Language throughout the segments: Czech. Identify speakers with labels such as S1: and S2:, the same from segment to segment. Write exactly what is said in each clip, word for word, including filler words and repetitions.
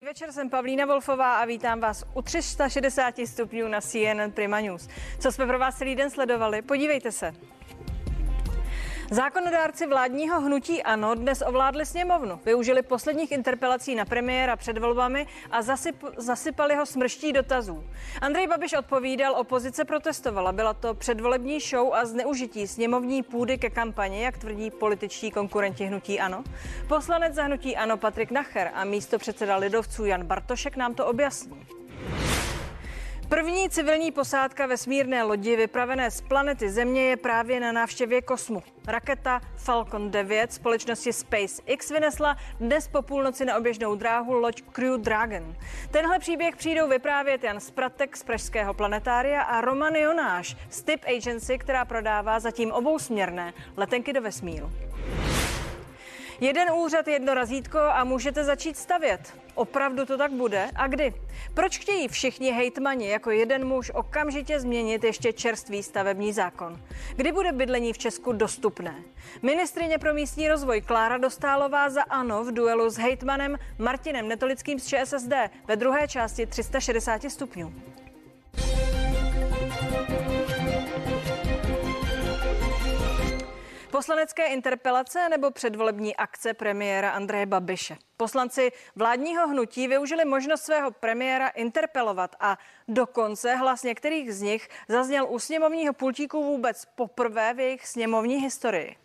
S1: Večer, jsem Pavlína Wolfová a vítám vás u tři sta šedesát stupňů na C N N Prima News. Co jsme pro vás celý den sledovali? Podívejte se. Zákonodárci vládního hnutí ANO dnes ovládli sněmovnu. Využili posledních interpelací na premiéra před volbami a zasyp, zasypali ho smrští dotazů. Andrej Babiš odpovídal, opozice protestovala. Byla to předvolební show a zneužití sněmovní půdy ke kampani, jak tvrdí političtí konkurenti hnutí ANO. Poslanec za hnutí ANO Patrik Nacher a místopředseda lidovců Jan Bartošek nám to objasní. První civilní posádka vesmírné lodi vypravené z planety Země je právě na návštěvě kosmu. Raketa Falcon devět společnosti SpaceX vynesla dnes po půlnoci na oběžnou dráhu loď Crew Dragon. Tenhle příběh přijdou vyprávět Jan Spratek z pražského planetária a Roman Jonáš z Tip Agency, která prodává zatím obousměrné letenky do vesmíru. Jeden úřad, jedno razítko a můžete začít stavět. Opravdu to tak bude? A kdy? Proč chtějí všichni hejtmani jako jeden muž okamžitě změnit ještě čerstvý stavební zákon? Kdy bude bydlení v Česku dostupné? Ministryně pro místní rozvoj Klára Dostálová za ANO v duelu s hejtmanem Martinem Netolickým z ČSSD ve druhé části tři sta šedesát stupňů. Poslanecké interpelace nebo předvolební akce premiéra Andreje Babiše? Poslanci vládního hnutí využili možnost svého premiéra interpelovat a dokonce hlas některých z nich zazněl u sněmovního pultíku vůbec poprvé v jejich sněmovní historii.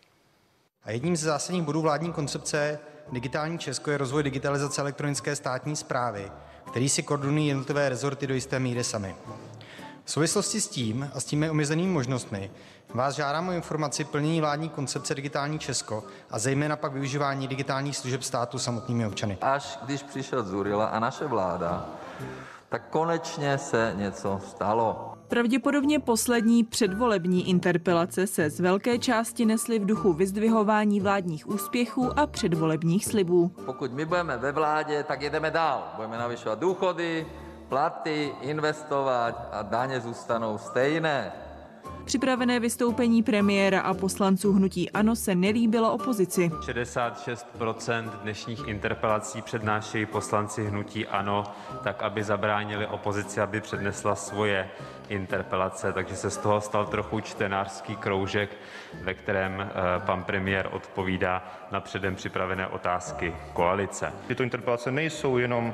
S2: A jedním z zásadních bodů vládní koncepce Digitální Česko je rozvoj digitalizace elektronické státní správy, který si koordinují jednotlivé rezorty do jisté míry sami. V souvislosti s tím a s těmi omezenými možnostmi vás žádám o informaci plnění vládní koncepce Digitální Česko a zejména pak využívání digitálních služeb státu samotnými občany.
S3: Až když přišel Dzurilla a naše vláda, tak konečně se něco stalo.
S4: Pravděpodobně poslední předvolební interpelace se z velké části nesly v duchu vyzdvihování vládních úspěchů a předvolebních slibů.
S3: Pokud my budeme ve vládě, tak jedeme dál. Budeme navyšovat důchody, platy, investovat a daně zůstanou stejné.
S4: Připravené vystoupení premiéra a poslanců hnutí ANO se nelíbilo opozici.
S5: šedesát šest procent dnešních interpelací přednášejí poslanci hnutí ANO, tak aby zabránili opozici, aby přednesla svoje interpelace, takže se z toho stal trochu čtenářský kroužek, ve kterém pan premiér odpovídá na předem připravené otázky koalice.
S6: Tyto interpelace nejsou jenom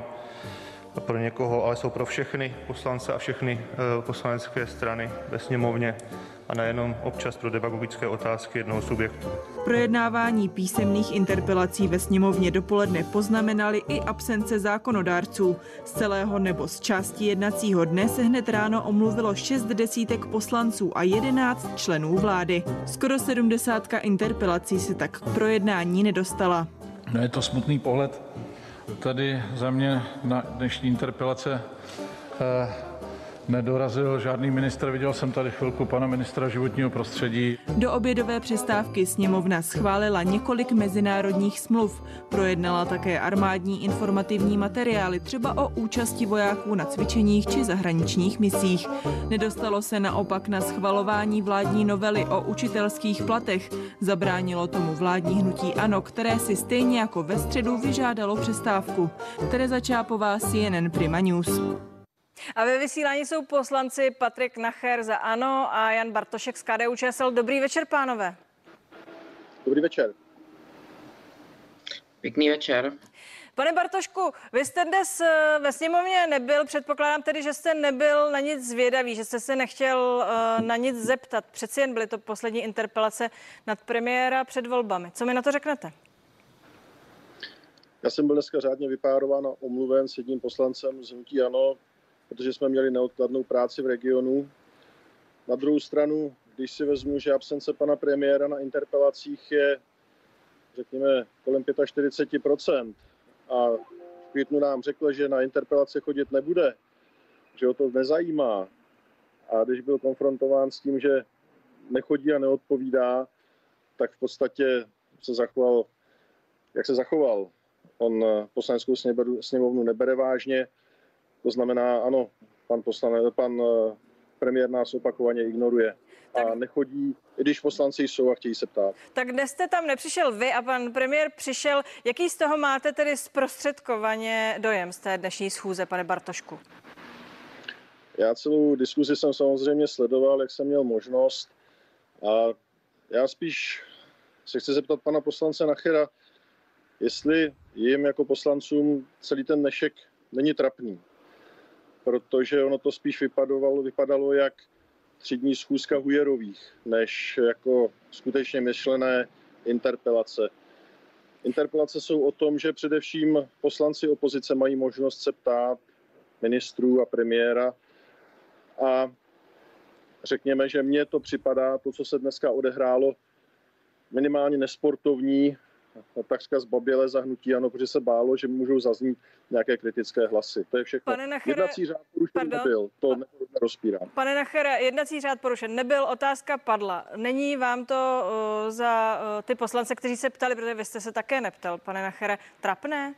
S6: pro někoho, ale jsou pro všechny poslance a všechny poslanecké strany ve sněmovně a nejenom občas pro demagogické otázky jednoho subjektu.
S4: Projednávání písemných interpelací ve sněmovně dopoledne poznamenali i absence zákonodárců. Z celého nebo z části jednacího dne se hned ráno omluvilo šest desítek poslanců a jedenáct členů vlády. Skoro sedmdesátka interpelací se tak k projednání nedostala.
S7: No, je to smutný pohled. Tady za mě na dnešní interpelace eh, nedorazil žádný ministr. Viděl jsem tady chvilku pana ministra životního prostředí.
S4: Do obědové přestávky sněmovna schválila několik mezinárodních smluv. Projednala také armádní informativní materiály, třeba o účasti vojáků na cvičeních či zahraničních misích. Nedostalo se naopak na schvalování vládní novely o učitelských platech. Zabránilo tomu vládní hnutí ANO, které si stejně jako ve středu vyžádalo přestávku. Tereza Čápová, C N N Prima News.
S1: A ve vysílání jsou poslanci Patrik Nacher za ANO a Jan Bartošek z K D U Č S L. Dobrý večer, pánové.
S8: Dobrý večer.
S9: Pěkný večer.
S1: Pane Bartošku, vy jste dnes ve sněmovně nebyl, předpokládám tedy, že jste nebyl na nic zvědavý, že jste se nechtěl na nic zeptat. Přeci jen byly to poslední interpelace nad premiéra před volbami. Co mi na to řeknete?
S8: Já jsem byl dneska řádně vypárován a omluven s jedním poslancem z hnutí ANO, protože jsme měli neodkladnou práci v regionu. Na druhou stranu, když si vezmu, že absence pana premiéra na interpelacích je, řekněme, kolem čtyřicet pět procent a v květnu nám řekl, že na interpelace chodit nebude, že ho to nezajímá, a když byl konfrontován s tím, že nechodí a neodpovídá, tak v podstatě se zachoval, jak se zachoval. On poslaneckou sněmovnu nebere vážně. To znamená, ano, pan, poslanec, pan premiér nás opakovaně ignoruje. a nechodí, i když poslanci jsou a chtějí se ptát.
S1: Tak dnes jste tam nepřišel vy a pan premiér přišel. Jaký z toho máte tedy zprostředkovaně dojem z té dnešní schůze, pane Bartošku?
S8: Já celou diskuzi jsem samozřejmě sledoval, jak jsem měl možnost. A já spíš se chci zeptat pana poslance Nachera, jestli jim jako poslancům celý ten dnešek není trapný. Protože ono to spíš vypadalo, vypadalo jak třídní schůzka Hujerových, než jako skutečně myšlené interpelace. Interpelace jsou o tom, že především poslanci opozice mají možnost se ptát ministrů a premiéra. A řekněme, že mně to připadá, to, co se dneska odehrálo, minimálně nesportovní, takřka zbabělé za hnutí ANO, protože se bálo, že můžou zaznít nějaké kritické hlasy. To je všechno.
S1: Pane Nachere,
S8: jednací řád porušen nebyl, to nerozpírám.
S1: Pane Nachere, jednací řád porušen nebyl, otázka padla. Není vám to uh, za uh, ty poslance, kteří se ptali, protože vy jste se také neptal, pane Nachere, trapné?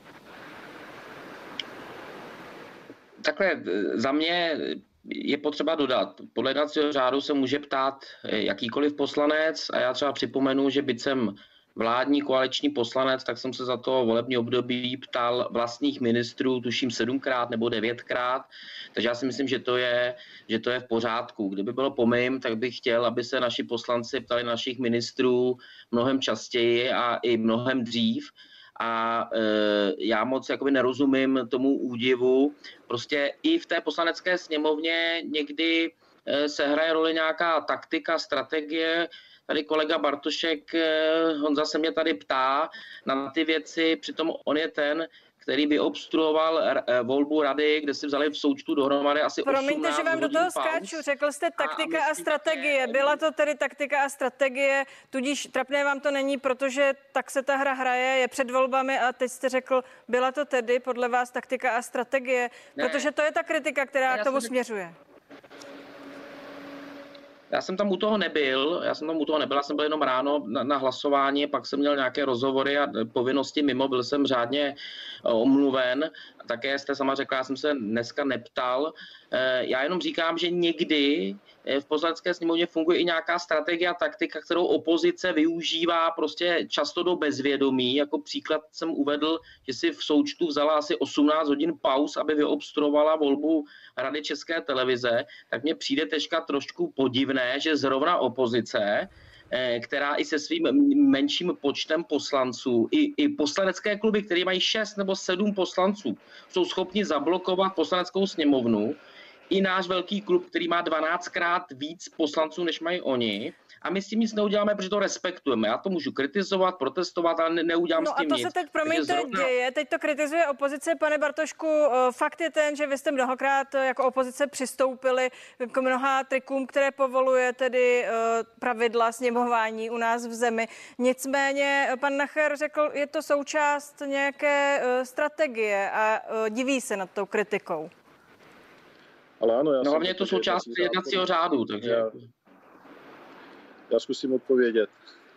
S9: Takhle, za mě je potřeba dodat, podle jednacího řádu se může ptát jakýkoliv poslanec a já třeba připomenu, že byť jsem vládní koaliční poslanec, tak jsem se za to volební období ptal vlastních ministrů, tuším sedmkrát nebo devětkrát, takže já si myslím, že to je, že to je v pořádku. Kdyby bylo po mým, tak bych chtěl, aby se naši poslanci ptali našich ministrů mnohem častěji a i mnohem dřív. A e, já moc jakoby nerozumím tomu údivu. Prostě i v té poslanecké sněmovně někdy e, se hraje roli nějaká taktika, strategie. Tady kolega Bartošek, e, Honza se mě tady ptá na ty věci, přitom on je ten, který vyobstruoval e, volbu rady, kde si vzali v součtu dohromady asi osmnáct hodin.
S1: Promiňte, že vám do toho skáču. Řekl jste taktika a, a strategie. Byla to tedy taktika a strategie, tudíž trapné vám to není, protože tak se ta hra hraje, je před volbami a teď jste řekl, byla to tedy podle vás taktika a strategie, ne, protože to je ta kritika, která k tomu směřuje.
S9: Já jsem tam u toho nebyl, já jsem tam u toho nebyl, já jsem byl jenom ráno na, na hlasování, pak jsem měl nějaké rozhovory a povinnosti mimo, byl jsem řádně omluven. Také jste sama řekla, já jsem se dneska neptal. Já jenom říkám, že někdy v poslanecké sněmovně funguje i nějaká strategie a taktika, kterou opozice využívá prostě často do bezvědomí. Jako příklad jsem uvedl, že si v součtu vzala asi osmnáct hodin pauz, aby vyobstruovala volbu Rady České televize. Tak mně přijde teďka trošku podivné, že zrovna opozice, která i se svým menším počtem poslanců, i, i poslanecké kluby, které mají šest nebo sedm poslanců, jsou schopni zablokovat poslaneckou sněmovnu, i náš velký klub, který má dvanáctkrát víc poslanců, než mají oni. A my s tím nic neuděláme, protože to respektujeme. Já to můžu kritizovat, protestovat, ale ne, neudělám
S1: no
S9: s tím nic.
S1: No a to
S9: nic.
S1: se teď, promiňte, zrovna... děje. Teď to kritizuje opozice. Pane Bartošku, fakt je ten, že vy jste mnohokrát jako opozice přistoupili k mnoha trikům, které povoluje tedy pravidla sněmování u nás v zemi. Nicméně pan Nacher řekl, je to součást nějaké strategie a diví se nad tou kritikou.
S8: Ale ano, já
S9: no hlavně je to součást jednacího řádu, takže... Já,
S8: já zkusím odpovědět.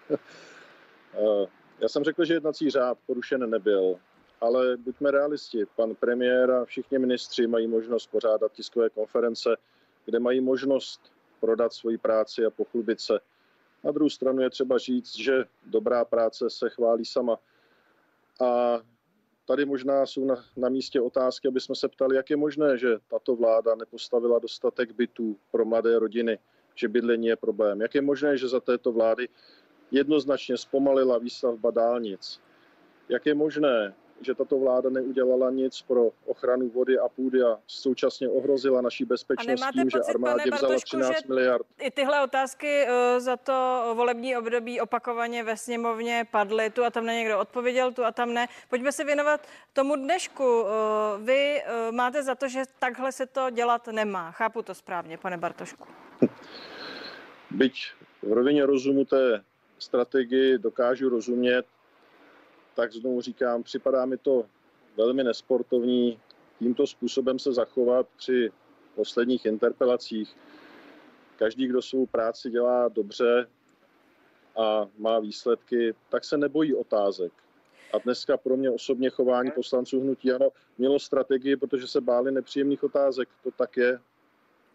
S8: Já jsem řekl, že jednací řád porušen nebyl, ale buďme realisti. Pan premiér a všichni ministři mají možnost pořádat tiskové konference, kde mají možnost prodat svoji práci a pochlubit se. Na druhou stranu je třeba říct, že dobrá práce se chválí sama. A tady možná jsou na, na místě otázky, aby jsme se ptali, jak je možné, že tato vláda nepostavila dostatek bytů pro mladé rodiny, že bydlení je problém. Jak je možné, že za této vlády jednoznačně zpomalila výstavba dálnic. Jak je možné, že tato vláda neudělala nic pro ochranu vody a půdy a současně ohrozila naší bezpečnost tím, pocit, že armádě vzala třináct miliard.
S1: I tyhle otázky uh, za to volební období opakovaně ve sněmovně padly. Tu a tam na někdo odpověděl, tu a tam ne. Pojďme se věnovat tomu dnešku. Uh, vy uh, máte za to, že takhle se to dělat nemá. Chápu to správně, pane Bartošku.
S8: Byť v rovině rozumu té strategii dokážu rozumět, tak znovu říkám, připadá mi to velmi nesportovní tímto způsobem se zachovat při posledních interpelacích. Každý, kdo svou práci dělá dobře a má výsledky, tak se nebojí otázek. A dneska pro mě osobně chování poslanců hnutí ANO mělo strategii, protože se báli nepříjemných otázek. To tak je.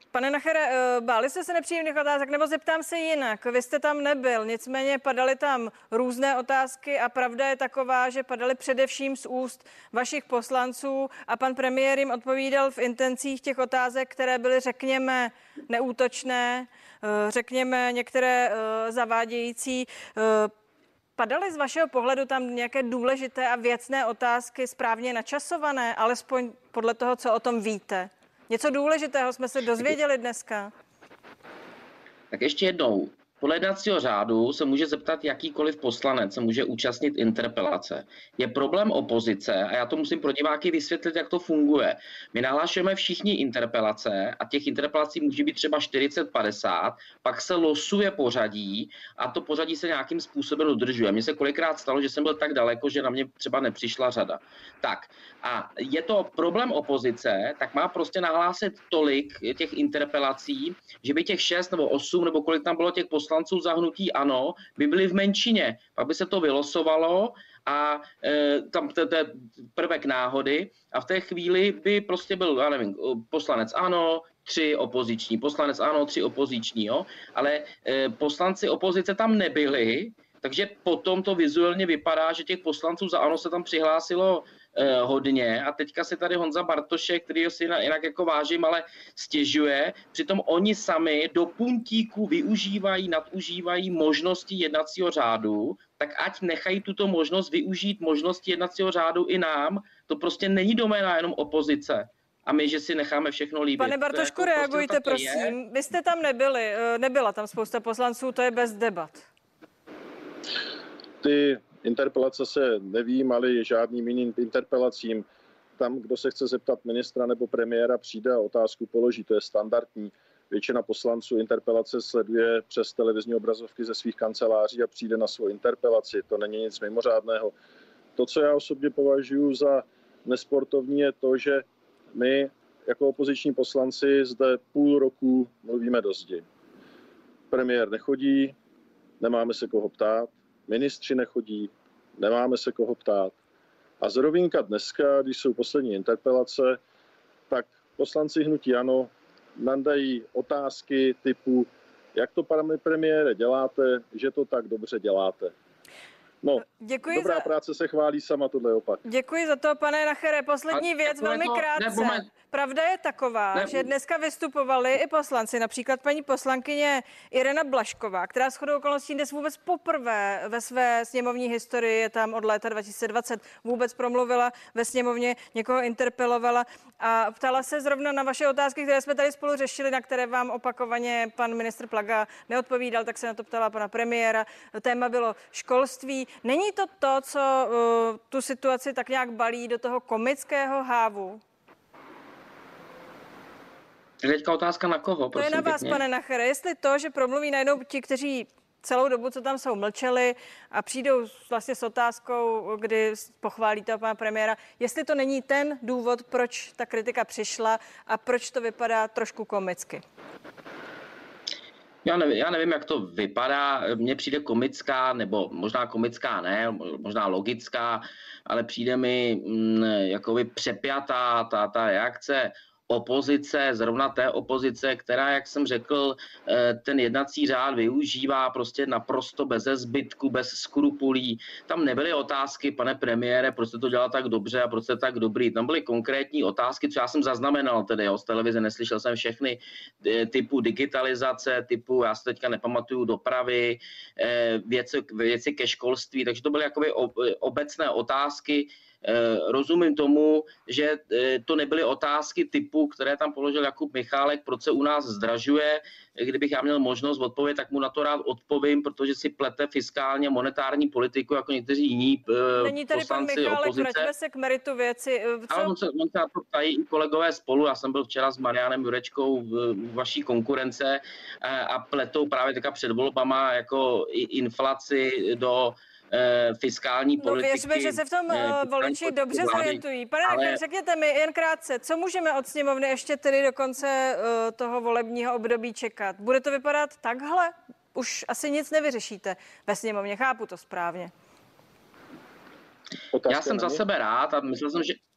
S1: Pane Nachere, báli jste se nepříjemných otázek, nebo zeptám se jinak. Vy jste tam nebyl, nicméně padaly tam různé otázky a pravda je taková, že padaly především z úst vašich poslanců a pan premiér jim odpovídal v intencích těch otázek, které byly, řekněme, neútočné, řekněme, některé zavádějící. Padaly z vašeho pohledu tam nějaké důležité a věcné otázky správně načasované, alespoň podle toho, co o tom víte? Něco důležitého jsme se dozvěděli dneska.
S9: Tak ještě jednou. Podle jednacího řádu se může zeptat jakýkoliv poslanec, se může účastnit interpelace. Je problém opozice, a já to musím pro diváky vysvětlit, jak to funguje. My nahlášujeme všichni interpelace a těch interpelací může být třeba čtyřicet padesát, pak se losuje pořadí a to pořadí se nějakým způsobem dodržuje. Mně se kolikrát stalo, že jsem byl tak daleko, že na mě třeba nepřišla řada. Tak a je to problém opozice, tak má prostě nahlásit tolik těch interpelací, že by těch šest nebo osm nebo kolik tam bylo těch poslanců za hnutí ANO, by byli v menšině. Pak by se to vylosovalo a e, tam to je prvek náhody a v té chvíli by prostě byl, já nevím, poslanec ANO, tři opoziční, poslanec ANO, tři opoziční, jo? Ale e, poslanci opozice tam nebyli, takže potom to vizuálně vypadá, že těch poslanců za ANO se tam přihlásilo eh, hodně a teďka se tady Honza Bartošek, který si jinak jako vážím, ale stěžuje. Přitom oni sami do puntíku využívají, nadužívají možnosti jednacího řádu, tak ať nechají tuto možnost využít možnosti jednacího řádu i nám. To prostě není doména jenom opozice. A my, že si necháme všechno líbit.
S1: Pane Bartošku, jako reagujte, prostě prosím. Je. Vy jste tam nebyli, nebyla tam spousta poslanců, to je bez debat.
S8: Ty interpelace se nevyjímaly žádným jiným interpelacím. Tam, kdo se chce zeptat ministra nebo premiéra, přijde a otázku položí. To je standardní. Většina poslanců interpelace sleduje přes televizní obrazovky ze svých kanceláří a přijde na svou interpelaci. To není nic mimořádného. To, co já osobně považuji za nesportovní, je to, že my jako opoziční poslanci zde půl roku mluvíme do zdi. Premiér nechodí, nemáme se koho ptát, ministři nechodí, nemáme se koho ptát. A zrovínka dneska, když jsou poslední interpelace, tak poslanci hnutí ANO nandají otázky typu, jak to, pane premiére, děláte, že to tak dobře děláte. No, děkuji dobrá za... práce se chválí sama, tohle je opak.
S1: Děkuji za to, pane Nachere. Poslední a věc, velmi to... krátce. Ne, Pravda je taková, ne, že dneska vystupovali i poslanci, například paní poslankyně Irena Blažková, která shodou okolností dnes vůbec poprvé ve své sněmovní historii, je tam od léta dva tisíce dvacet, vůbec promluvila ve sněmovně, někoho interpelovala a ptala se zrovna na vaše otázky, které jsme tady spolu řešili, na které vám opakovaně pan ministr Plaga neodpovídal, tak se na to ptala pana premiéra. Téma bylo školství. Není to to, co uh, tu situaci tak nějak balí do toho komického hávu?
S9: Teďka otázka na koho,
S1: prosím. To je na vás, pěkně. Pane Nachere, jestli to, že promluví najednou ti, kteří celou dobu, co tam jsou, mlčeli a přijdou vlastně s otázkou, kdy pochválí toho pana premiéra, jestli to není ten důvod, proč ta kritika přišla a proč to vypadá trošku komicky.
S9: Já nevím, já nevím, jak to vypadá. Mně přijde komická, nebo možná komická ne, možná logická, ale přijde mi mm, jakoby přepjatá ta, ta reakce opozice, zrovna té opozice, která, jak jsem řekl, ten jednací řád využívá prostě naprosto beze zbytku, bez skrupulí. Tam nebyly otázky, pane premiére, proč jste to dělal tak dobře a proč jste tak dobrý. Tam byly konkrétní otázky, co já jsem zaznamenal tedy jo, z televize, neslyšel jsem všechny typu digitalizace, typu, já se teďka nepamatuju, dopravy, věci, věci ke školství, takže to byly jakoby obecné otázky. Rozumím tomu, že to nebyly otázky typu, které tam položil Jakub Michálek, proč se u nás zdražuje. Kdybych já měl možnost odpovědět, tak mu na to rád odpovím, protože si plete fiskálně monetární politiku jako někteří jiní
S1: Není tady
S9: poslanci
S1: pan Michálek,
S9: opozice.
S1: vraťme se k meritu věci. Co?
S9: Ale on se, on se na to ptají i kolegové spolu. Já jsem byl včera s Marianem Jurečkou v, v vaší konkurence a pletou právě teďka před volbama jako inflaci do fiskální politiky.
S1: No věřme, že se v tom uh, voliči dobře zorientují. Pane ale... Nachere, řekněte mi jen krátce, co můžeme od sněmovny ještě tedy do konce uh, toho volebního období čekat? Bude to vypadat takhle? Už asi nic nevyřešíte ve sněmovně, chápu to správně.
S9: Otázka Já jsem za sebe rád a myslel jsem, že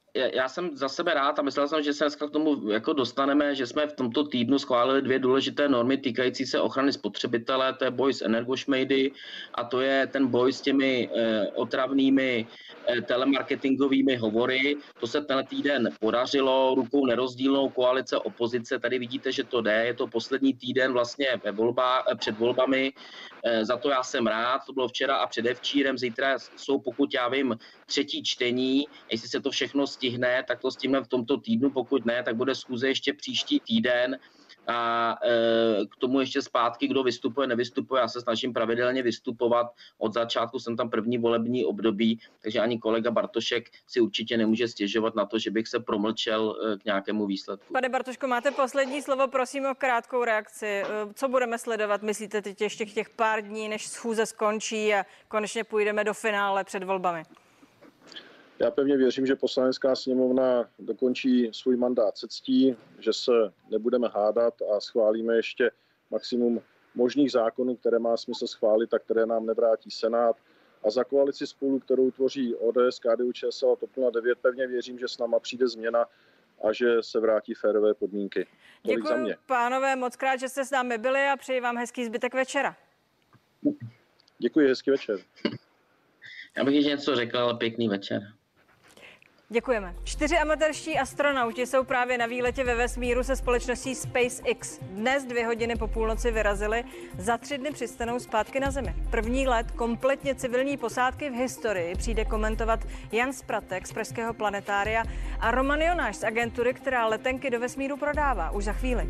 S9: já jsem za sebe rád a myslel jsem, že se dneska k tomu jako dostaneme, že jsme v tomto týdnu schválili dvě důležité normy týkající se ochrany spotřebitele, to je boj s energošmejdy a to je ten boj s těmi eh, otravnými eh, telemarketingovými hovory. To se tenhle týden podařilo rukou nerozdílnou koalice opozice. Tady vidíte, že to jde. Je to poslední týden vlastně ve volba, před volbami. Eh, za to já jsem rád. To bylo včera a předevčírem. Zítra jsou, pokud já vím, třetí čtení. Jestli se to všechno stihne, tak to stihneme v tomto týdnu, pokud ne, tak bude schůze ještě příští týden a e, k tomu ještě zpátky, kdo vystupuje, nevystupuje. Já se snažím pravidelně vystupovat, od začátku jsem tam první volební období, takže ani kolega Bartošek si určitě nemůže stěžovat na to, že bych se promlčel k nějakému výsledku.
S1: Pane Bartoško, máte poslední slovo, prosím o krátkou reakci. Co budeme sledovat, myslíte teď ještě těch pár dní, než schůze skončí a konečně půjdeme do finále před volbami?
S8: Já pevně věřím, že Poslanecká sněmovna dokončí svůj mandát se ctí, že se nebudeme hádat a schválíme ještě maximum možných zákonů, které má smysl schválit a které nám nevrátí Senát. A za koalici Spolu, kterou tvoří O D S, K D U Č S L a TOP nula devět, pevně věřím, že s náma přijde změna a že se vrátí férové podmínky. Tolik za mě.
S1: Děkuji, pánové, moc krát, že jste s námi byli a přeji vám hezký zbytek večera.
S8: Děkuji, hezký večer.
S9: Já bych ještě něco řekl, ale pěkný večer.
S1: Děkujeme. Čtyři amatérští astronauti jsou právě na výletě ve vesmíru se společností SpaceX. Dnes dvě hodiny po půlnoci vyrazili, za tři dny přistanou zpátky na Zemi. První let kompletně civilní posádky v historii přijde komentovat Jan Spratek z Pražského planetária a Roman Jonáš z agentury, která letenky do vesmíru prodává. Už za chvíli.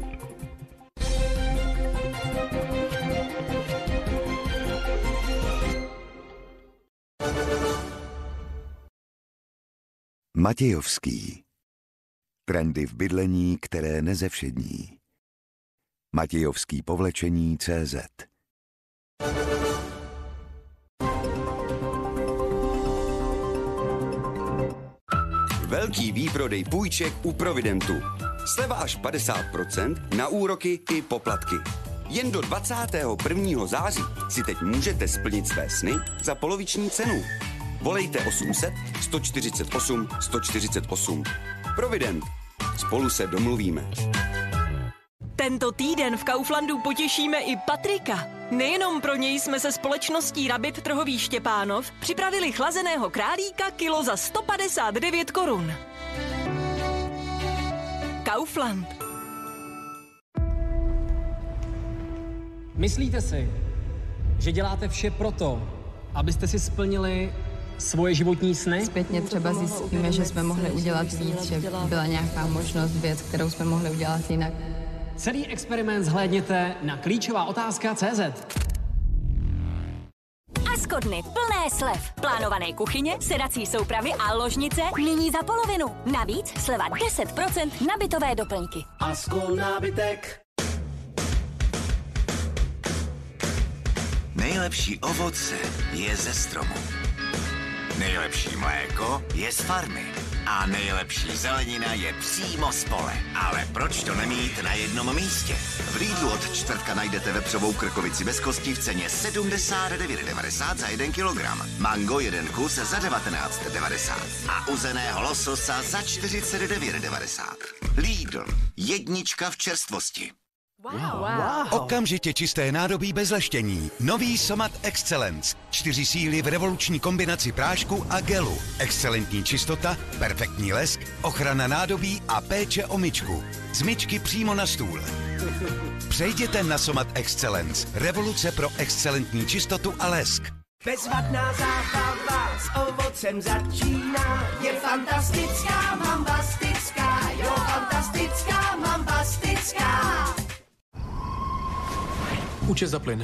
S10: Matějovský. Trendy v bydlení, které nezevšední. Matějovský povlečení tečka cé zet.
S11: Velký výprodej půjček u Providentu. Sleva až padesát procent na úroky i poplatky. Jen do dvacátého prvního září si teď můžete splnit své sny za poloviční cenu. Volejte osm set sto čtyřicet osm sto čtyřicet osm. Provident. Spolu se domluvíme.
S12: Tento týden v Kauflandu potěšíme i Patrika. Nejenom pro něj jsme se společností Rabit Trhový Štěpánov připravili chlazeného králíka kilo za sto padesát devět korun. Kaufland.
S13: Myslíte si, že děláte vše proto, abyste si splnili svoje životní sny?
S14: Zpětně třeba zjistíme, že jsme mohli udělat víc, že byla nějaká možnost, věc, kterou jsme mohli udělat jinak.
S13: Celý experiment zhlédněte na klíčová otázka tečka cé zet.
S15: Askodny plné slev. Plánované kuchyně, sedací soupravy a ložnice nyní za polovinu. Navíc sleva deset procent na bytové doplňky.
S16: Asko nábytek.
S17: Nejlepší ovoce je ze stromu. Nejlepší mléko je z farmy. A nejlepší zelenina je přímo z pole. Ale proč to nemít na jednom místě? V Lidlu od čtvrtka najdete vepřovou krkovici bez kostí v ceně sedmdesát devět devadesát za jeden kilogram. Mango jeden kus za devatenáct devadesát. A uzeného lososa za čtyřicet devět devadesát. Lidl. Jednička v čerstvosti.
S16: Wow. Wow.
S10: Okamžitě čisté nádobí bez leštění. Nový Somat Excellence. Čtyři síly v revoluční kombinaci prášku a gelu. Excelentní čistota, perfektní lesk, ochrana nádobí a péče o myčku. Z myčky přímo na stůl. Přejděte na Somat Excellence. Revoluce pro excelentní čistotu a lesk.
S16: Bezvadná zábava s ovocem začíná. Je fantastická, mambastická. Jo, fantastická, mambastická.
S13: Účest za plyn.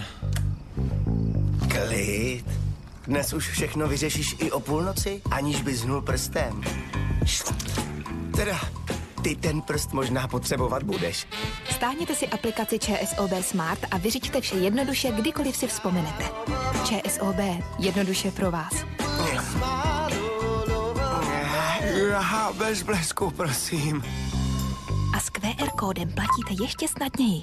S18: Klid. Dnes už všechno vyřešíš i o půlnoci, aniž bys hnul prstem. Teda, ty ten prst možná potřebovat budeš.
S19: Stáhněte si aplikaci ČSOB Smart a vyřiďte vše jednoduše, kdykoliv si vzpomenete. ČSOB. Jednoduše pro vás.
S18: Aha, bez blesku, prosím.
S19: A s Q R kódem platíte ještě snadněji.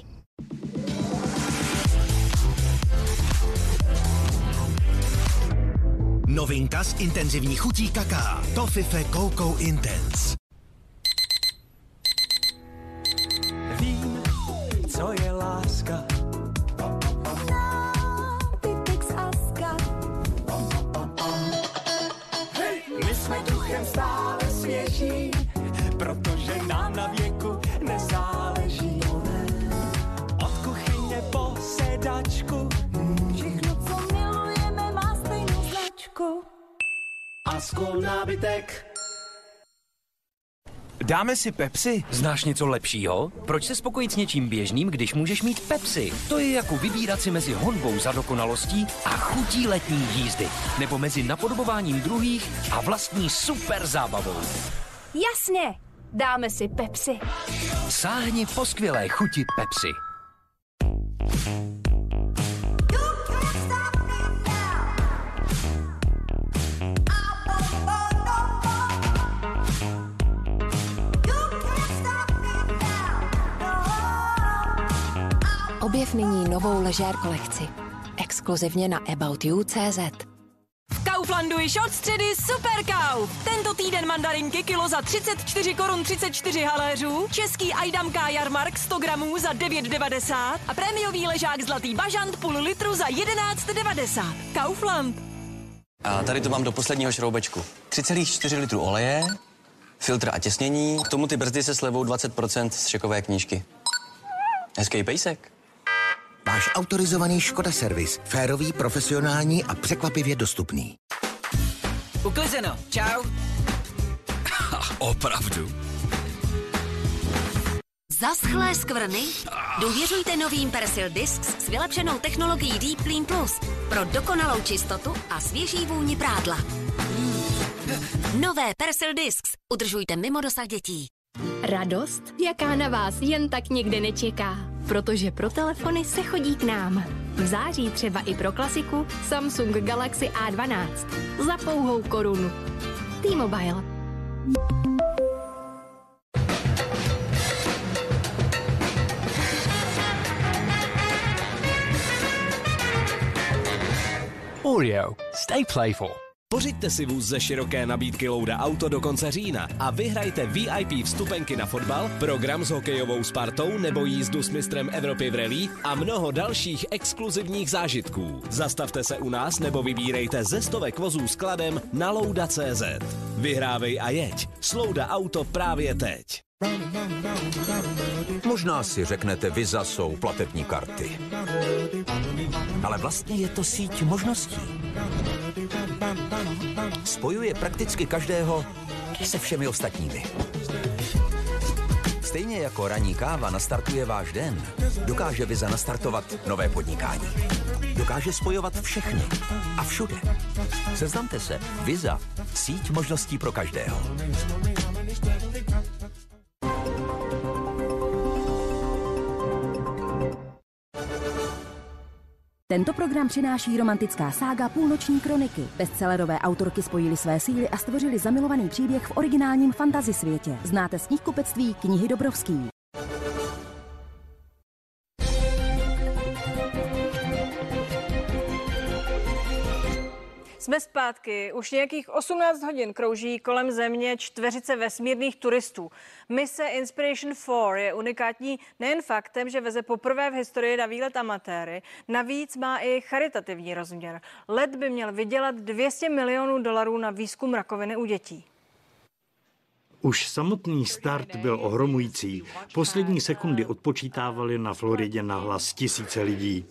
S20: Novinka s intenzivní chutí kaká. Toffifee Cocoa Intense.
S16: Vím, co je láska. My jsme duchem stále svěží, protože nám na věku nezáleží. Od kuchyně po sedačku, všechno, co milujeme, má stejnou značku. A skůl nábytek.
S21: Dáme si Pepsi? Znáš něco lepšího? Proč se spokojit s něčím běžným, když můžeš mít Pepsi? To je jako vybírat si mezi honbou za dokonalostí a chutí letní jízdy. Nebo mezi napodobováním druhých a vlastní super zábavou.
S22: Jasně, dáme si Pepsi.
S21: Sáhni po skvělé chuti Pepsi.
S19: Objev nyní novou ležér kolekci. Exkluzivně na About You tečka cé zet.
S12: V Kauflandu již od středy Super Kauf. Tento týden mandarinky kilo za třicet čtyři korun třicet čtyři haléřů, český Ajdamka Jarmark sto gramů za devět devadesát a prémiový ležák Zlatý bažant půl litru za jedenáct devadesát. Kaufland.
S23: A tady to mám do posledního šroubečku. tři celá čtyři litru oleje, filtr a těsnění, k tomu ty brzdy se slevou dvacet procent z šekové knížky. Hezký pejsek.
S20: Váš autorizovaný Škoda servis. Férový, profesionální a překvapivě dostupný.
S24: Uklizeno. Čau.
S20: Opravdu.
S22: Zaschlé skvrny? Důvěřujte novým Persil Discs s vylepšenou technologií Deep Clean Plus pro dokonalou čistotu a svěží vůni prádla. Nové Persil Discs. Udržujte mimo dosah dětí.
S19: Radost, jaká na vás jen tak někde nečeká. Protože pro telefony se chodí k nám. V září třeba i pro klasiku Samsung Galaxy A dvanáct. Za pouhou korunu. T-Mobile.
S25: Oreo. Stay playful. Pořiďte si vůz ze široké nabídky Louda Auto do konce října a vyhrajte V I P vstupenky na fotbal, program s hokejovou Spartou nebo jízdu s mistrem Evropy v rally a mnoho dalších exkluzivních zážitků. Zastavte se u nás nebo vybírejte ze stovek vozů s kladem na louda tečka cé zet. Vyhrávej a jeď. S Louda Auto právě teď.
S26: Možná si řeknete, Visa jsou platební karty. Ale vlastně je to síť možností. Spojuje prakticky každého se všemi ostatními. Stejně jako ranní káva nastartuje váš den, dokáže Visa nastartovat nové podnikání. Dokáže spojovat všechny a všude. Seznamte se. Visa. Síť možností pro každého.
S27: Tento program přináší romantická sága Půlnoční kroniky. Bestsellerové autorky spojily své síly a stvořili zamilovaný příběh v originálním fantasy světě. Znáte z knihkupectví Knihy Dobrovský.
S1: Jsme zpátky. Už nějakých osmnáct hodin krouží kolem Země čtveřice vesmírných turistů. Mise Inspiration čtyři je unikátní nejen faktem, že veze poprvé v historii na výlet amatéry, navíc má i charitativní rozměr. Let by měl vydělat dvě stě milionů dolarů na výzkum rakoviny u dětí.
S28: Už samotný start byl ohromující. Poslední sekundy odpočítávali na Floridě nahlas tisíce lidí.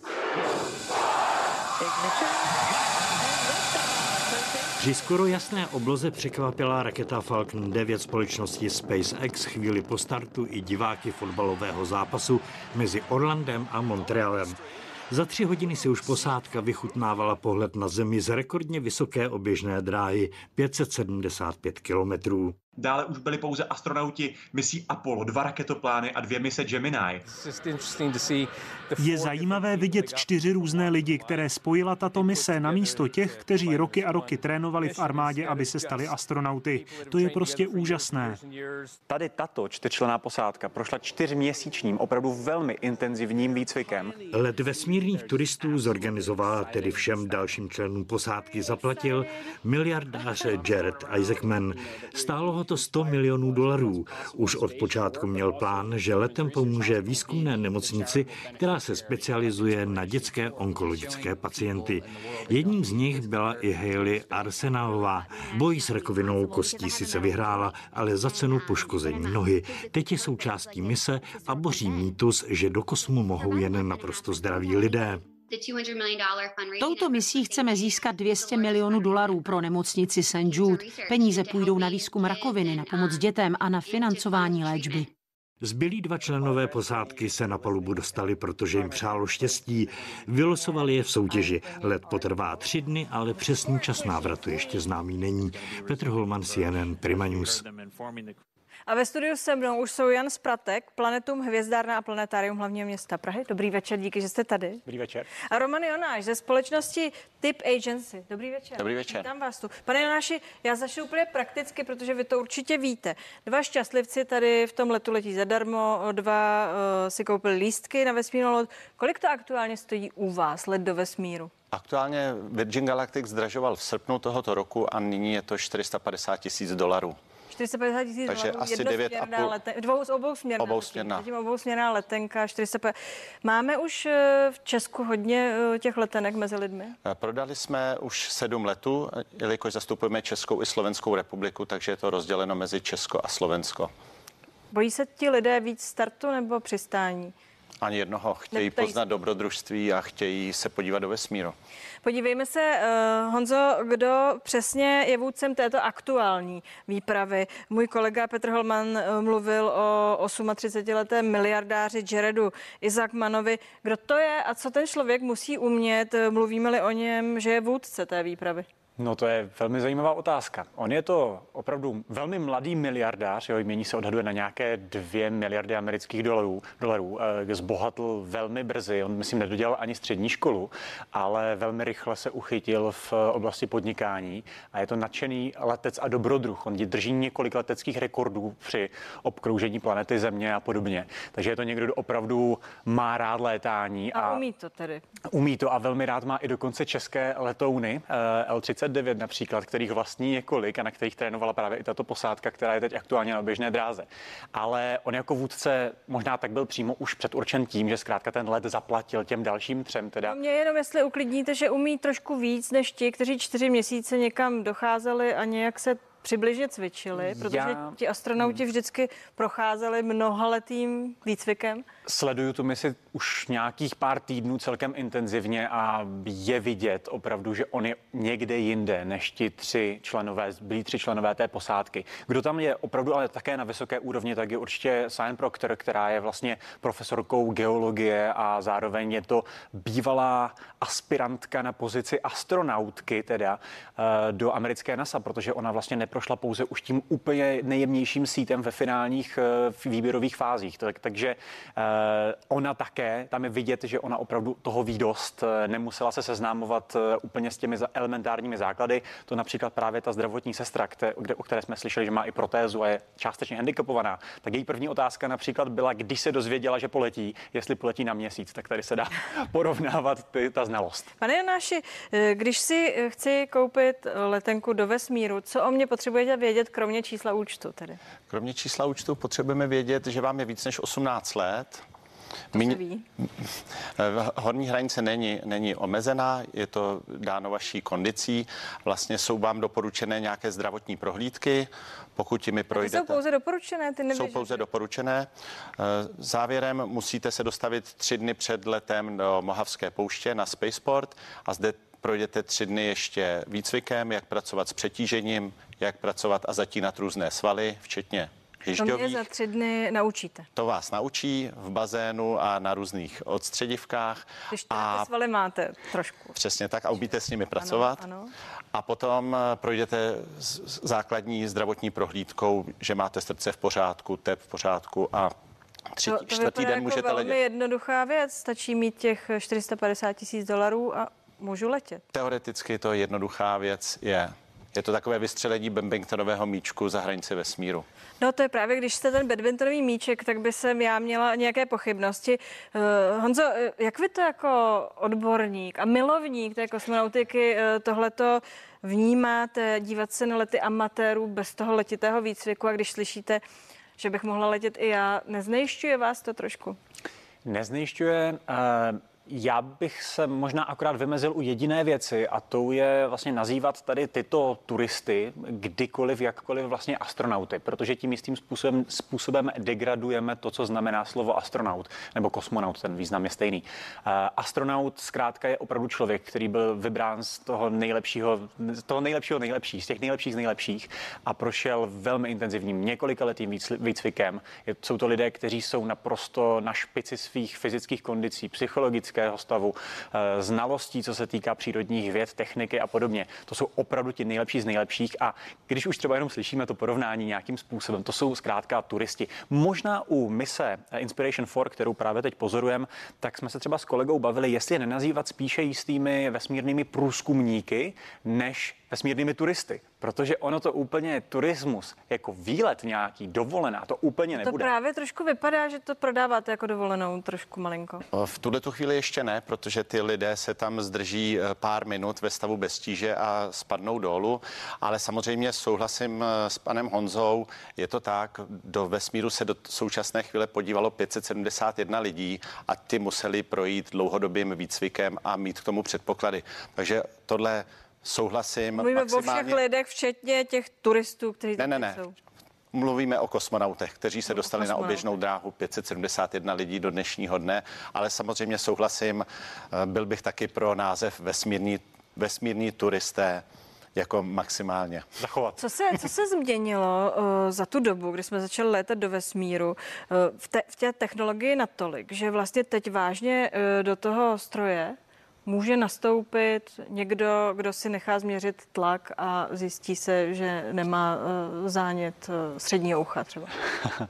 S28: Při skoro jasné obloze překvapila raketa Falcon devět společnosti SpaceX chvíli po startu i diváky fotbalového zápasu mezi Orlandem a Montrealem. Za tři hodiny si už posádka vychutnávala pohled na Zemi z rekordně vysoké oběžné dráhy pět set sedmdesát pět kilometrů.
S2: Dále už byli pouze astronauti misí Apollo, dva raketoplány a dvě mise Gemini.
S28: Je zajímavé vidět čtyři různé lidi, které spojila tato mise namísto těch, kteří roky a roky trénovali v armádě, aby se stali astronauty. To je prostě úžasné.
S3: Tady tato čtyřčlenná posádka prošla čtyřměsíčním, opravdu velmi intenzivním výcvikem.
S28: Let vesmírných turistů zorganizoval, tedy všem dalším členům posádky zaplatil miliardář Jared Isaacman. Stálo ho to sto milionů dolarů. Už od počátku měl plán, že letem pomůže výzkumné nemocnici, která se specializuje na dětské onkologické pacienty. Jedním z nich byla i Hayley Arsenalová. Boj s rakovinou kostí sice vyhrála, ale za cenu poškození nohy. Teď je součástí mise a boří mýtus, že do kosmu mohou jen naprosto zdraví lidé.
S4: Touto misí chceme získat dvě stě milionů dolarů pro nemocnici Saint Jude. Peníze půjdou na výzkum rakoviny, na pomoc dětem a na financování léčby.
S28: Zbylí dva členové posádky se na palubu dostali, protože jim přálo štěstí. Vylosovali je v soutěži. Let potrvá tři dny, ale přesný čas návratu ještě známý není. Petr Holman, C N N, Prima News.
S1: A ve studiu se mnou už jsou Jan Spratek, Planetum, Hvězdárna a Planetárium hlavního města Prahy. Dobrý večer, díky, že jste tady.
S3: Dobrý večer.
S1: A Roman Jonáš ze společnosti Tip Agency. Dobrý večer.
S3: Dobrý večer.
S1: Vítám vás tu. Pane Jonáši, já začnu úplně prakticky, protože vy to určitě víte. Dva šťastlivci tady v tom letu letí zadarmo, dva uh, si koupili lístky na vesmírnou loď. Kolik to aktuálně stojí u vás, let do vesmíru?
S5: Aktuálně Virgin Galactic zdražoval v srpnu tohoto roku a nyní je to čtyři sta padesát tisíc dolarů.
S1: čtyři sta padesát tisíc
S5: Takže
S1: dolarů,
S5: asi devět a půl.
S1: Leten, dvou, obousměrná.
S5: Obousměrná.
S1: Zatím obousměrná letenka. čtyři sta padesát. Máme už v Česku hodně těch letenek mezi lidmi?
S5: Prodali jsme už sedm letů, jelikož zastupujeme Českou i Slovenskou republiku, takže je to rozděleno mezi Česko a Slovensko.
S1: Bojí se ti lidé víc startu nebo přistání?
S5: Ani jednoho. Chtějí
S1: Neptají
S5: poznat dobrodružství a chtějí se podívat do vesmíru.
S1: Podívejme se, uh, Honzo, kdo přesně je vůdcem této aktuální výpravy. Můj kolega Petr Holman uh, mluvil o třicetiosmiletém miliardáři Jaredu Isaacmanovi. Kdo to je a co ten člověk musí umět? Mluvíme-li o něm, že je vůdce té výpravy?
S3: No to je velmi zajímavá otázka. On je to opravdu velmi mladý miliardář, jeho jmění se odhaduje na nějaké dvě miliardy amerických dolarů, dolarů. E, zbohatl velmi brzy, on myslím nedodělal ani střední školu, ale velmi rychle se uchytil v oblasti podnikání a je to nadšený letec a dobrodruh. On drží několik leteckých rekordů při obkroužení planety Země a podobně. Takže je to někdo, kdo opravdu má rád létání.
S1: A, a umí to tedy.
S3: Umí to a velmi rád má i dokonce české letouny, L třicet devět například, kterých vlastní několik a na kterých trénovala právě i tato posádka, která je teď aktuálně na běžné dráze. Ale on jako vůdce možná tak byl přímo už předurčen tím, že zkrátka ten let zaplatil těm dalším třem. Teda.
S1: No mě jenom jestli uklidníte, že umí trošku víc než ti, kteří čtyři měsíce někam docházeli a nějak se přibližně cvičili, protože Já... ti astronauti vždycky procházeli mnohaletým výcvikem.
S3: Sleduju tu misi už nějakých pár týdnů celkem intenzivně a je vidět opravdu, že on je někde jinde než ti tři členové, byli tři členové té posádky. Kdo tam je opravdu ale také na vysoké úrovni, tak je určitě Sian Proctor, která je vlastně profesorkou geologie a zároveň je to bývalá aspirantka na pozici astronautky teda do americké NASA, protože ona vlastně neprošla pouze už tím úplně nejjemnějším sítem ve finálních výběrových fázích. Takže ona také, tam je vidět, že ona opravdu toho ví dost, nemusela se seznámovat úplně s těmi elementárními základy. To například právě ta zdravotní sestra, které, o které jsme slyšeli, že má i protézu a je částečně handicapovaná. Tak její první otázka například byla, když se dozvěděla, že poletí, jestli poletí na měsíc, tak tady se dá porovnávat ty, ta znalost.
S1: Pane Jonáši, když si chci koupit letenku do vesmíru, co o mě potřebujete vědět, kromě čísla účtu tedy?
S5: Kromě čísla účtu potřebujeme vědět, že vám je víc než osmnáct let.
S1: Míň,
S5: horní hranice není, není omezená, je to dáno vaší kondicí. Vlastně jsou vám doporučené nějaké zdravotní prohlídky. Pokud těmi projdete...
S1: Jsou pouze doporučené? Ty
S5: jsou pouze doporučené. Závěrem musíte se dostavit tři dny před letem do Mohavské pouště na Spaceport a zde projdete tři dny ještě výcvikem, jak pracovat s přetížením, jak pracovat a zatínat různé svaly, včetně
S1: To mě za tři dny naučíte.
S5: To vás naučí v bazénu a na různých odstředivkách.
S1: Když a svaly máte trošku.
S5: Přesně tak a umíte s nimi pracovat.
S1: Ano, ano.
S5: A potom projdete základní zdravotní prohlídkou, že máte srdce v pořádku, tep v pořádku a třetí,
S1: to, to
S5: čtvrtý den
S1: jako
S5: můžete
S1: velmi
S5: letět.
S1: jednoduchá věc. Stačí mít těch čtyři sta padesát tisíc dolarů a můžu letět.
S5: Teoreticky to jednoduchá věc je. Je to takové vystřelení badmintonového míčku za hranici vesmíru.
S1: No to je právě, když jste ten badmintonový míček, tak by jsem já měla nějaké pochybnosti. Uh, Honzo, jak vy to jako odborník a milovník té kosmonautiky uh, tohleto vnímáte, dívat se na lety amatérů bez toho letitého výcviku a když slyšíte, že bych mohla letět i já, neznejišťuje vás to trošku?
S3: Neznejišťuje. Uh... Já bych se možná akorát vymezil u jediné věci a tou je vlastně nazývat tady tyto turisty kdykoliv, jakkoliv vlastně astronauty, protože tím jistým způsobem, způsobem degradujeme to, co znamená slovo astronaut nebo kosmonaut, ten význam je stejný. Uh, astronaut zkrátka je opravdu člověk, který byl vybrán z toho nejlepšího, z toho nejlepšího nejlepších, z těch nejlepších z nejlepších a prošel velmi intenzivním několikaletým výcvikem. Jsou to lidé, kteří jsou naprosto na špici svých fyzických kondicí, psychologických stavu, znalostí, co se týká přírodních věd, techniky a podobně. To jsou opravdu ti nejlepší z nejlepších a když už třeba jenom slyšíme to porovnání nějakým způsobem, to jsou zkrátka turisti. Možná u mise Inspiration čtyři, kterou právě teď pozorujeme, tak jsme se třeba s kolegou bavili, jestli je nenazývat spíše jistými vesmírnými průzkumníky, než vesmírnými turisty, protože ono to úplně turismus, jako výlet nějaký, dovolená, to úplně nebude.
S1: To právě trošku vypadá, že to prodáváte jako dovolenou trošku malinko.
S5: V tuhletu chvíli ještě ne, protože ty lidé se tam zdrží pár minut ve stavu bez tíže a spadnou dolů, ale samozřejmě souhlasím s panem Honzou, je to tak, do vesmíru se do současné chvíle podívalo pět set sedmdesát jedna lidí a ty museli projít dlouhodobým výcvikem a mít k tomu předpoklady. Takže tohle souhlasím.
S1: Mluvíme
S5: maximálně...
S1: o všech lidech, včetně těch turistů, kteří
S5: ne, ne, ne.
S1: jsou.
S5: Mluvíme o kosmonautech, kteří se dostali na oběžnou dráhu, pět set sedmdesát jedna lidí do dnešního dne, ale samozřejmě souhlasím, byl bych taky pro název vesmírní, vesmírní turisté jako maximálně.
S3: Zachovat.
S1: Co se, co se změnilo uh, za tu dobu, kdy jsme začali létat do vesmíru uh, v, te, v té technologii natolik, že vlastně teď vážně uh, do toho stroje může nastoupit někdo, kdo si nechá změřit tlak a zjistí se, že nemá uh, zánět uh, středního ucha třeba?
S3: uh,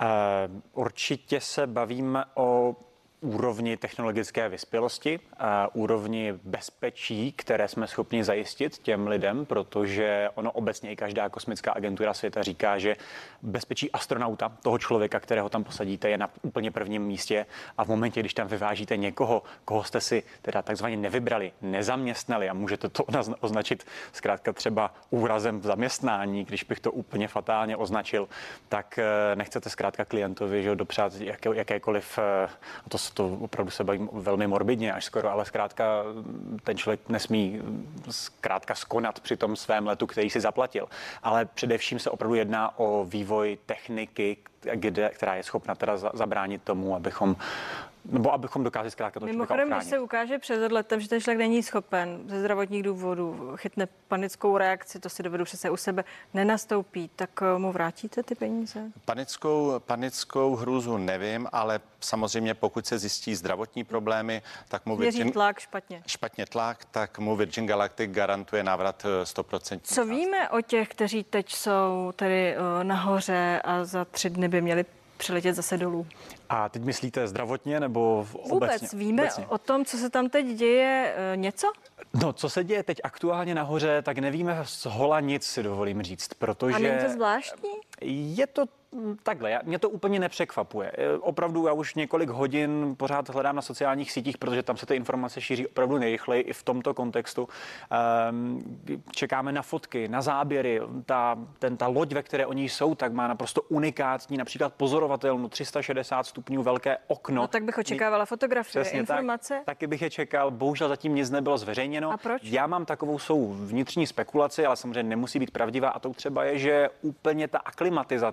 S3: určitě se bavíme o úrovni technologické vyspělosti, a úrovni bezpečí, které jsme schopni zajistit těm lidem, protože ono obecně i každá kosmická agentura světa říká, že bezpečí astronauta, toho člověka, kterého tam posadíte, je na úplně prvním místě a v momentě, když tam vyvážíte někoho, koho jste si teda takzvaně nevybrali, nezaměstnali a můžete to označit zkrátka třeba úrazem v zaměstnání, když bych to úplně fatálně označil, tak nechcete zkrátka klientovi, že dopřát jaké, jakékoliv, a to to opravdu se bavím velmi morbidně až skoro, ale zkrátka ten člověk nesmí zkrátka skonat při tom svém letu, který si zaplatil. Ale především se opravdu jedná o vývoj techniky, kde, která je schopna teda zabránit tomu, abychom nebo abychom dokázali zkrátka to člověka ochránit.
S1: Mimochodem, když se ukáže před odletem, že ten člověk není schopen ze zdravotních důvodů, chytne panickou reakci, to si dovedu přece u sebe, nenastoupí, tak mu vrátíte ty peníze?
S5: Panickou, panickou hrůzu nevím, ale samozřejmě pokud se zjistí zdravotní problémy, tak mu
S1: Měří
S5: Virgin,
S1: tlak špatně.
S5: špatně tlak, tak mu Virgin Galactic garantuje návrat sto procent.
S1: Co víme o těch, kteří teď jsou tady nahoře a za tři dny by měli přiletět zase dolů?
S3: A teď myslíte zdravotně nebo obecně?
S1: Vůbec víme
S3: obecně?
S1: o tom, co se tam teď děje, něco?
S3: No, co se děje teď aktuálně nahoře, tak nevíme z hola nic, si dovolím říct, protože...
S1: A není to zvláštní?
S3: Je to takhle, já, mě to úplně nepřekvapuje. Opravdu já už několik hodin pořád hledám na sociálních sítích, protože tam se ty informace šíří opravdu nejrychleji i v tomto kontextu. Čekáme na fotky, na záběry. Ta, ten, ta loď, ve které oni jsou, tak má naprosto unikátní, například pozorovatelnu, tři sta šedesát stupňů velké okno.
S1: No tak bych očekávala fotografie,
S3: Přesně
S1: informace.
S3: Tak, taky bych je čekal. Bohužel zatím nic nebylo zveřejněno.
S1: A proč?
S3: Já mám takovou svou vnitřní spekulaci, ale samozřejmě nemusí být pravdivá a to třeba je, že úplně ta aklimatizace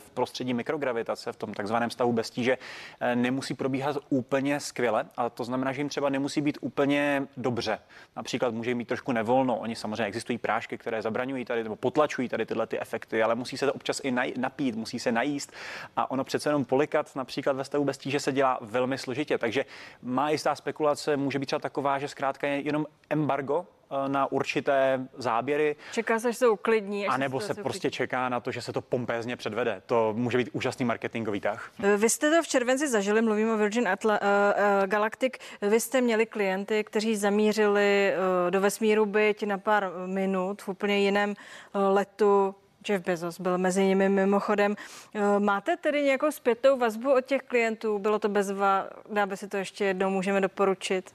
S3: v prostředí mikrogravitace, v tom takzvaném stavu bez tíže, nemusí probíhat úplně skvěle, ale to znamená, že jim třeba nemusí být úplně dobře. Například může mít trošku nevolno. Oni samozřejmě existují prášky, které zabraňují tady nebo potlačují tady tyhle ty efekty, ale musí se to občas i napít, musí se najíst a ono přece jenom polikat například ve stavu bez tíže se dělá velmi složitě. Takže má jistá spekulace, může být třeba taková, že zkrátka je jenom embargo na určité záběry.
S1: Čeká se, že se uklidní.
S3: A nebo se prostě čeká na to, že se to pompézně předvede. To může být úžasný marketingový tah.
S1: Vy jste to v červenci zažili, mluvím o Virgin Atla, uh, uh, Galactic. Vy jste měli klienty, kteří zamířili uh, do vesmíru byť na pár minut v úplně jiném uh, letu. Jeff Bezos byl mezi nimi mimochodem. Máte tedy nějakou zpětnou vazbu od těch klientů? Bylo to bezva? Dáme si to ještě jednou, můžeme doporučit?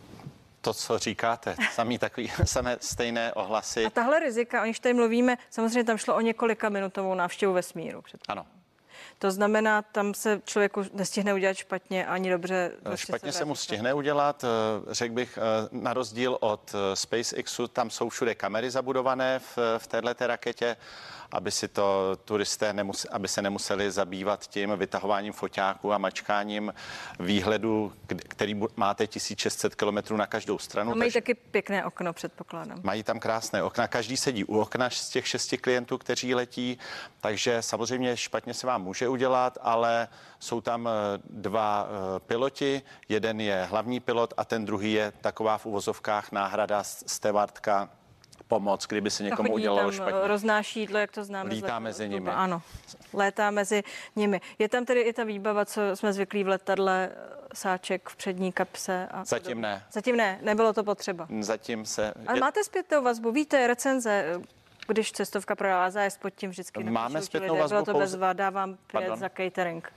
S5: To, co říkáte, samý takový, samé stejné ohlasy.
S1: A tahle rizika, o nich tady mluvíme, samozřejmě tam šlo o několika minutovou návštěvu vesmíru.
S5: Ano.
S1: To znamená, tam se člověku nestihne udělat špatně ani dobře.
S5: Špatně se, se mu stihne udělat. Řekl bych, na rozdíl od SpaceXu, tam jsou všude kamery zabudované v, v této raketě, aby si to turisté nemus, aby se nemuseli zabývat tím vytahováním foťáků a mačkáním výhledu, který máte tisíc šest set kilometrů na každou stranu.
S1: A mají taky pěkné okno, předpokládám.
S5: Mají tam krásné okna. Každý sedí u okna z těch šesti klientů, kteří letí, takže samozřejmě špatně se vám může udělat, ale jsou tam dva piloti. Jeden je hlavní pilot a ten druhý je taková v uvozovkách náhrada, stevardka, pomoc, kdyby se někomu udělalo špatně.
S1: Roznáší jídlo, jak to známe.
S5: Lítá mezi nimi.
S1: Ano, létá mezi nimi. Je tam tedy i ta výbava, co jsme zvyklí v letadle, sáček v přední kapse? A
S5: Zatím ne.
S1: Zatím ne, nebylo to potřeba.
S5: Zatím se...
S1: Ale máte zpětnou vazbu, víte, recenze, když cestovka prodala zájezd pod tím vždycky.
S5: Máme zpětnou
S1: lidé.
S5: vazbu
S1: Bylo to
S5: pouze...
S1: bezva, dávám pět za catering.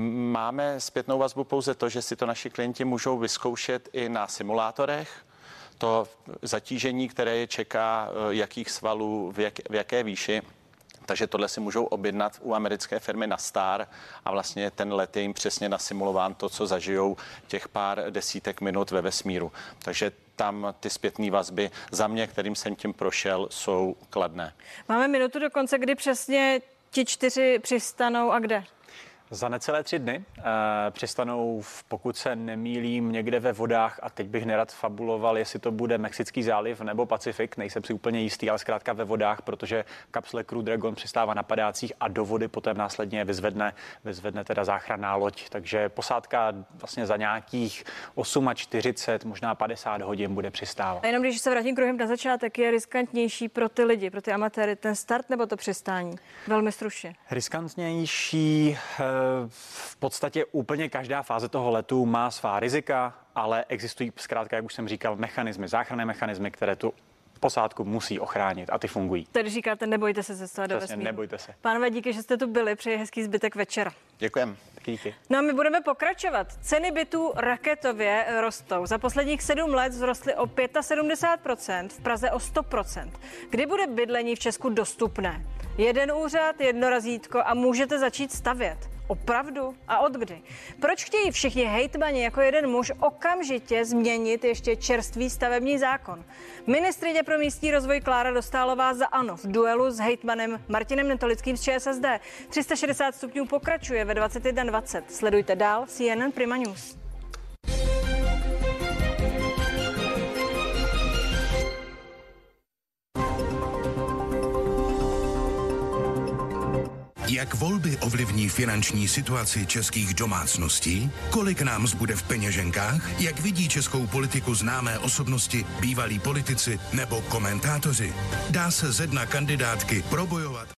S5: Máme zpětnou vazbu pouze to, že si to naši klienti můžou vyzkoušet i na simulátorech. To zatížení, které je čeká, jakých svalů, v, jak, v jaké výši. Takže tohle si můžou objednat u americké firmy Nastar a vlastně ten let je jim přesně nasimulován to, co zažijou těch pár desítek minut ve vesmíru. Takže tam ty zpětné vazby za mě, kterým jsem tím prošel, jsou kladné.
S1: Máme minutu do konce, kdy přesně ti čtyři přistanou a kde?
S3: Za necelé tři dny e, přistanou, v, pokud se nemýlím, někde ve vodách a teď bych nerad fabuloval, jestli to bude Mexický záliv nebo Pacifik, nejsem si úplně jistý, ale zkrátka ve vodách, protože kapsle Crew Dragon přistává na padácích a do vody potom následně vyzvedne, vyzvedne teda záchranná loď. Takže posádka vlastně za nějakých čtyřicet osm, možná padesát hodin bude přistávat. A
S1: jenom když se vrátím kruhem na začátek, je riskantnější pro ty lidi, pro ty amatéry, ten start nebo to přistání? Velmi stručně.
S3: Riskantnější... V podstatě úplně každá fáze toho letu má svá rizika, ale existují zkrátka, jak už jsem říkal, mechanismy, záchranné mechanismy, které tu posádku musí ochránit a ty fungují.
S1: Tedy říkáte, nebojte se cestovat do vesmíru.
S3: Nebojte se.
S1: Pánové, díky, že jste tu byli, přeji hezký zbytek večera.
S5: Děkujem.
S3: Díky.
S1: No a my budeme pokračovat. Ceny bytů raketově rostou. Za posledních sedm let vzrostly o sedmdesát pět procent, v Praze o sto procent. Kdy bude bydlení v Česku dostupné? Jeden úřad, jedno razítko a můžete začít stavět. Opravdu? A od kdy? Proč chtějí všichni hejtmani jako jeden muž okamžitě změnit ještě čerstvý stavební zákon? Ministryně pro místní rozvoj Klára Dostálová za ANO v duelu s hejtmanem Martinem Netolickým z ČSSD. tři sta šedesát stupňů pokračuje ve dvacet jedna dvacet. Sledujte dál C N N Prima News.
S10: Jak volby ovlivní finanční situaci českých domácností? Kolik nám zbude v peněženkách? Jak vidí českou politiku známé osobnosti, bývalí politici nebo komentátoři? Dá se ze dna kandidátky probojovat